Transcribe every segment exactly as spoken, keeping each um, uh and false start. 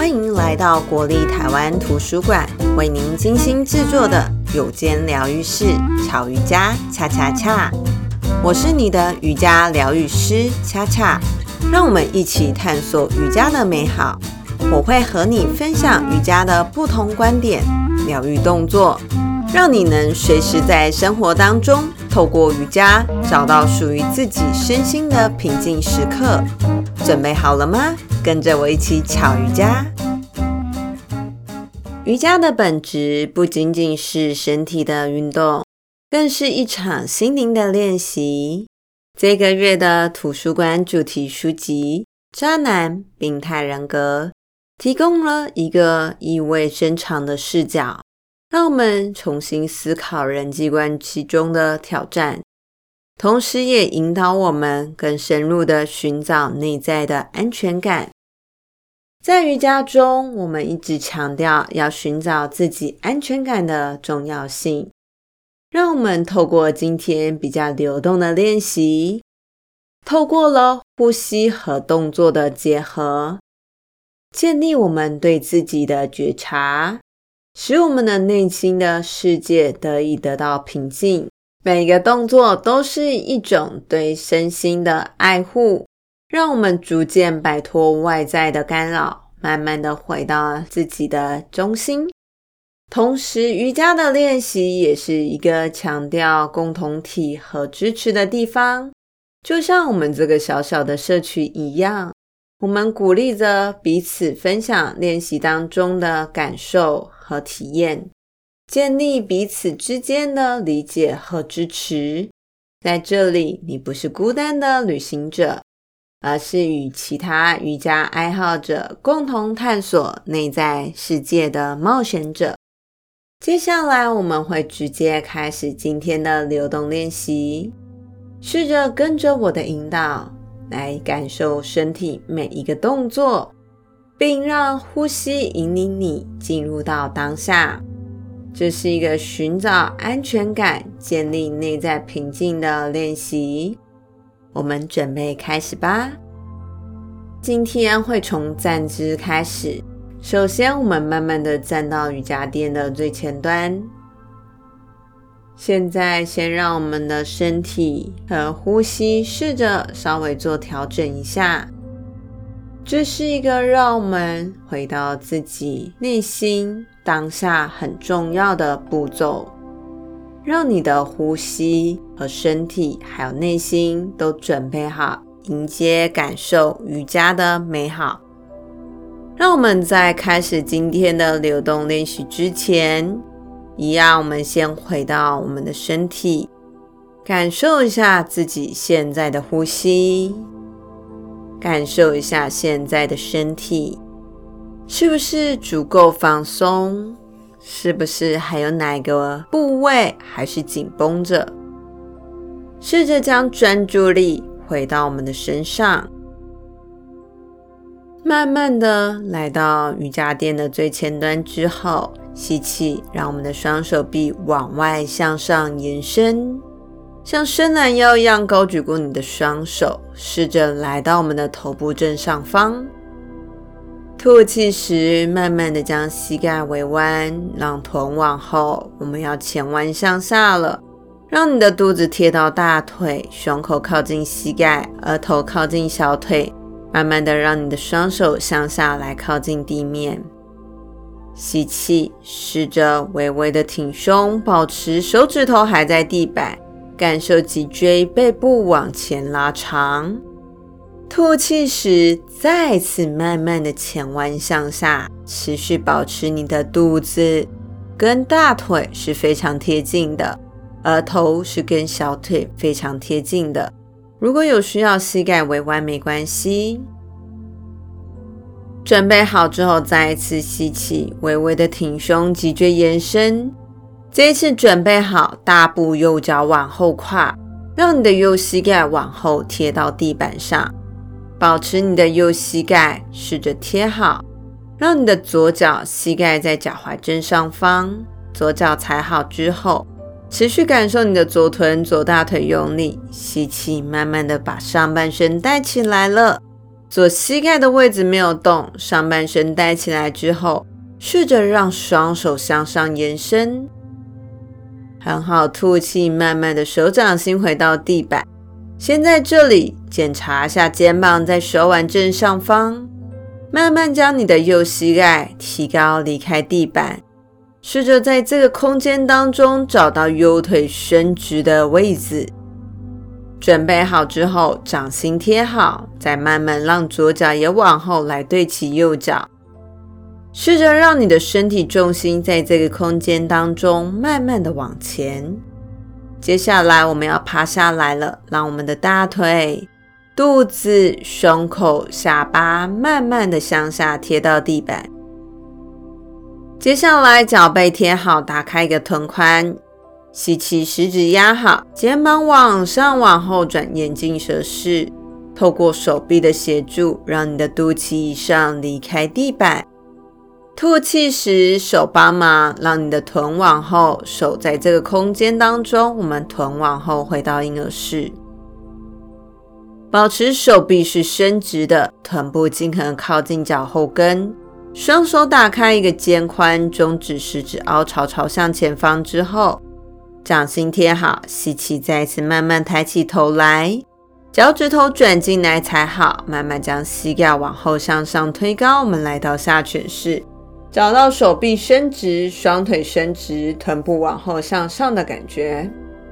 欢迎来到国立台湾图书馆为您精心制作的有间疗愈室巧瑜伽恰恰恰。我是你的瑜伽疗愈师恰恰，让我们一起探索瑜伽的美好。我会和你分享瑜伽的不同观点、疗愈动作，让你能随时在生活当中透过瑜伽找到属于自己身心的平静时刻。准备好了吗？跟着我一起巧瑜伽。瑜伽的本质不仅仅是身体的运动，更是一场心灵的练习。这个月的图书馆主题书籍《渣男病态人格》提供了一个意味深长的视角，让我们重新思考人际关系中的挑战，同时也引导我们更深入地寻找内在的安全感。在瑜伽中，我们一直强调要寻找自己安全感的重要性。让我们透过今天比较流动的练习，透过了呼吸和动作的结合，建立我们对自己的觉察，使我们的内心的世界得以得到平静。每个动作都是一种对身心的爱护，让我们逐渐摆脱外在的干扰，慢慢的回到自己的中心。同时，瑜伽的练习也是一个强调共同体和支持的地方，就像我们这个小小的社区一样，我们鼓励着彼此分享练习当中的感受和体验，建立彼此之间的理解和支持。在这里，你不是孤单的旅行者，而是与其他瑜伽爱好者共同探索内在世界的冒险者。接下来我们会直接开始今天的流动练习，试着跟着我的引导来感受身体每一个动作，并让呼吸引领你进入到当下。这是一个寻找安全感、建立内在平静的练习。我们准备开始吧。今天会从站姿开始，首先我们慢慢的站到瑜伽垫的最前端。现在先让我们的身体和呼吸试着稍微做调整一下。这是一个让我们回到自己内心当下很重要的步骤，让你的呼吸和身体还有内心都准备好迎接感受瑜伽的美好。让我们在开始今天的流动练习之前，一样我们先回到我们的身体，感受一下自己现在的呼吸，感受一下现在的身体是不是足够放松，是不是还有哪个部位还是紧绷着。试着将专注力回到我们的身上，慢慢的来到瑜伽垫的最前端之后，吸气，让我们的双手臂往外向上延伸，像伸懒腰一样高举过你的双手，试着来到我们的头部正上方。吐气时，慢慢的将膝盖微弯，让臀往后，我们要前弯向下了。让你的肚子贴到大腿，胸口靠近膝盖，额头靠近小腿，慢慢的让你的双手向下来靠近地面。吸气，试着微微的挺胸，保持手指头还在地板，感受脊椎背部往前拉长。吐气时，再次慢慢的前弯向下，持续保持你的肚子跟大腿是非常贴近的，额头是跟小腿非常贴近的。如果有需要膝盖微弯没关系。准备好之后，再一次吸气，微微的挺胸，脊椎延伸。这一次准备好，大步右脚往后跨，让你的右膝盖往后贴到地板上。保持你的右膝盖试着贴好，让你的左脚膝盖在脚踝正上方。左脚踩好之后，持续感受你的左臀、左大腿用力。吸气，慢慢的把上半身带起来了。 左膝盖的位置没有动，上半身带起来之后，试着让双手向上延伸。很好，吐气，慢慢的手掌心回到地板。先在这里检查一下肩膀在手腕正上方，慢慢将你的右膝盖提高离开地板，试着在这个空间当中找到右腿伸直的位置。准备好之后，掌心贴好，再慢慢让左脚也往后来对齐右脚。试着让你的身体重心在这个空间当中慢慢的往前。接下来我们要趴下来了，让我们的大腿、肚子、胸口、下巴慢慢的向下贴到地板。接下来脚背贴好，打开一个臀宽，吸气，食指压好，肩膀往上往后转，眼镜蛇式，透过手臂的协助，让你的肚脐以上离开地板。吐气时，手帮忙，让你的臀往后，手在这个空间当中，我们臀往后回到婴儿式。保持手臂是伸直的，臀部尽可能靠近脚后跟，双手打开一个肩宽，中指、食指凹槽朝向前方之后，掌心贴好，吸气，再一次慢慢抬起头来，脚趾头转进来踩好，慢慢将膝盖往后向上推高，我们来到下犬式。找到手臂伸直，双腿伸直，臀部往后向上的感觉。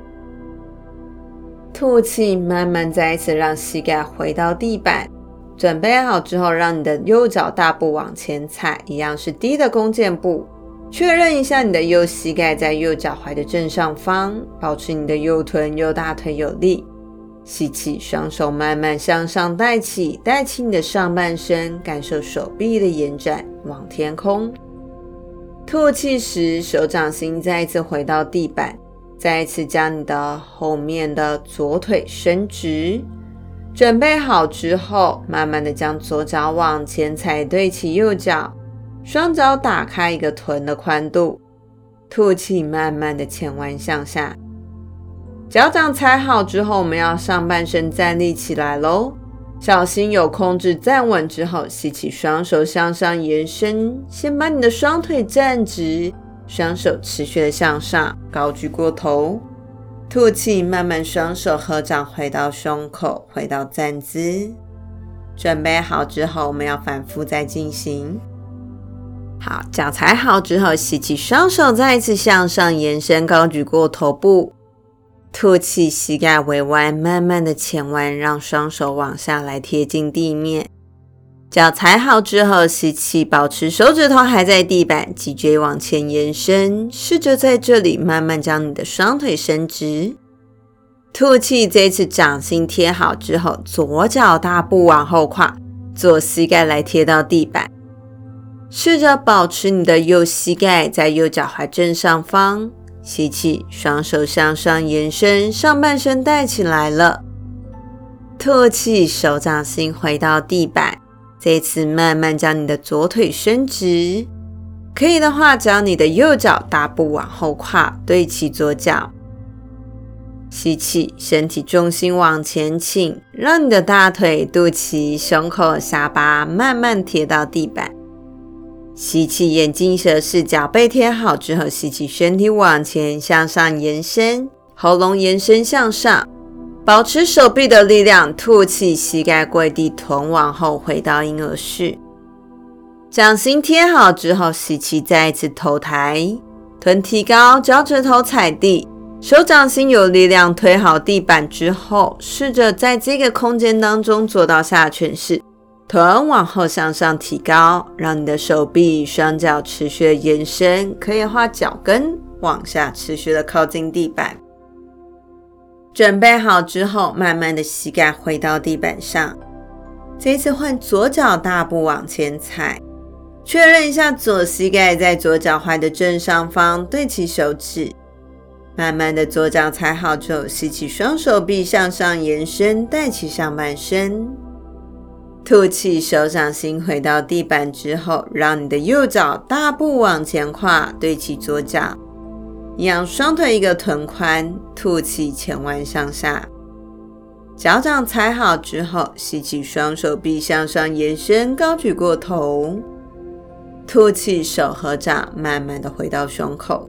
吐气，慢慢再一次让膝盖回到地板。准备好之后，让你的右脚大步往前踩，一样是低的弓箭步。确认一下你的右膝盖在右脚踝的正上方，保持你的右臀、右大腿有力。吸气，双手慢慢向上带起，带起你的上半身，感受手臂的延展往天空。吐气时，手掌心再一次回到地板，再一次将你的后面的左腿伸直。准备好之后，慢慢的将左脚往前踩，对齐右脚，双脚打开一个臀的宽度。吐气，慢慢的前弯向下。脚掌踩好之后，我们要上半身站立起来咯，小心有控制站稳之后，吸气，双手向上延伸，先把你的双腿站直，双手持续的向上，高举过头。吐气，慢慢双手合掌回到胸口，回到站姿。准备好之后，我们要反复再进行。好，脚踩好之后，吸气，双手再一次向上延伸，高举过头部。吐气，膝盖微弯，慢慢的前弯，让双手往下来贴近地面。脚踩好之后，吸气，保持手指头还在地板，脊椎往前延伸，试着在这里慢慢将你的双腿伸直。吐气，这次掌心贴好之后，左脚大步往后跨，左膝盖来贴到地板。试着保持你的右膝盖在右脚踝正上方。吸气，双手向上延伸，上半身带起来了。吐气，手掌心回到地板。这次慢慢将你的左腿伸直，可以的话，将你的右脚大步往后跨，对齐左脚。吸气，身体重心往前倾，让你的大腿、肚脐、胸口、下巴慢慢贴到地板。吸气，眼镜蛇式，脚背贴好之后，吸气，身体往前向上延伸，喉咙延伸向上，保持手臂的力量。吐气，膝盖跪地，臀往后回到婴儿式。掌心贴好之后，吸气，再一次头抬，臀提高，脚趾头踩地，手掌心有力量推好地板之后，试着在这个空间当中做到下犬式。臀往后向上提高，让你的手臂、双脚持续的延伸，可以的话脚跟往下持续的靠近地板。准备好之后，慢慢的膝盖回到地板上。这一次换左脚大步往前踩，确认一下左膝盖在左脚踝的正上方，对齐手指。慢慢的左脚踩好之后，吸气，双手臂向上延伸，带起上半身。吐气，手掌心回到地板之后，让你的右脚大步往前跨，对齐左脚，一样双腿一个臀宽。吐气，前弯向下。 脚掌踩好之后，吸气，双手臂向上延伸，高举过头。吐气，手和掌慢慢的回到胸口。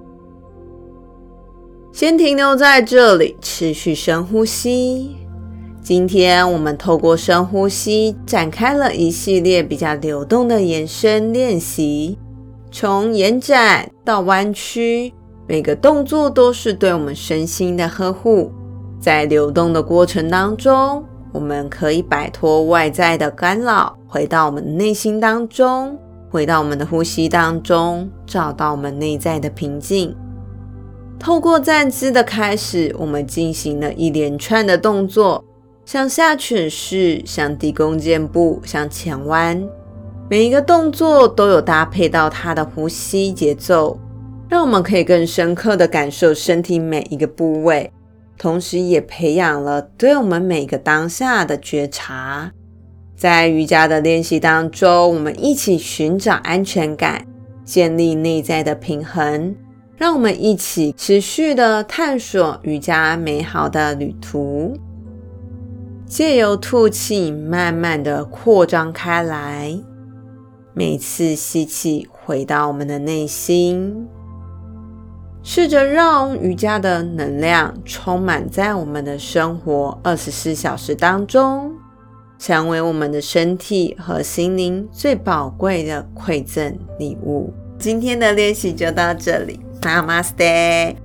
先停留在这里，持续深呼吸。今天我们透过深呼吸，展开了一系列比较流动的延伸练习，从延展到弯曲，每个动作都是对我们身心的呵护。在流动的过程当中，我们可以摆脱外在的干扰，回到我们的内心当中，回到我们的呼吸当中，找到我们内在的平静。透过站姿的开始，我们进行了一连串的动作，向下犬式，向低弓箭步，向前弯，每一个动作都有搭配到它的呼吸节奏，让我们可以更深刻的感受身体每一个部位，同时也培养了对我们每个当下的觉察。在瑜伽的练习当中，我们一起寻找安全感，建立内在的平衡，让我们一起持续的探索瑜伽美好的旅途。借由吐气慢慢的扩张开来，每次吸气回到我们的内心，试着让瑜伽的能量充满在我们的生活二十四小时当中，成为我们的身体和心灵最宝贵的馈赠礼物。今天的练习就到这里， Namaste。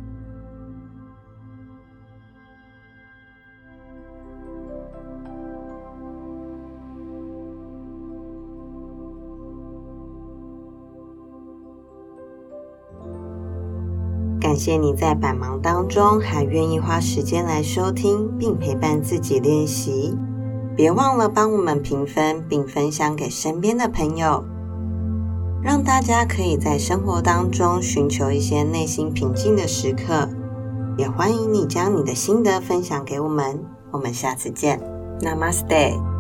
感谢你在百忙当中还愿意花时间来收听并陪伴自己练习，别忘了帮我们评分并分享给身边的朋友，让大家可以在生活当中寻求一些内心平静的时刻。也欢迎你将你的心得分享给我们，我们下次见， Namaste。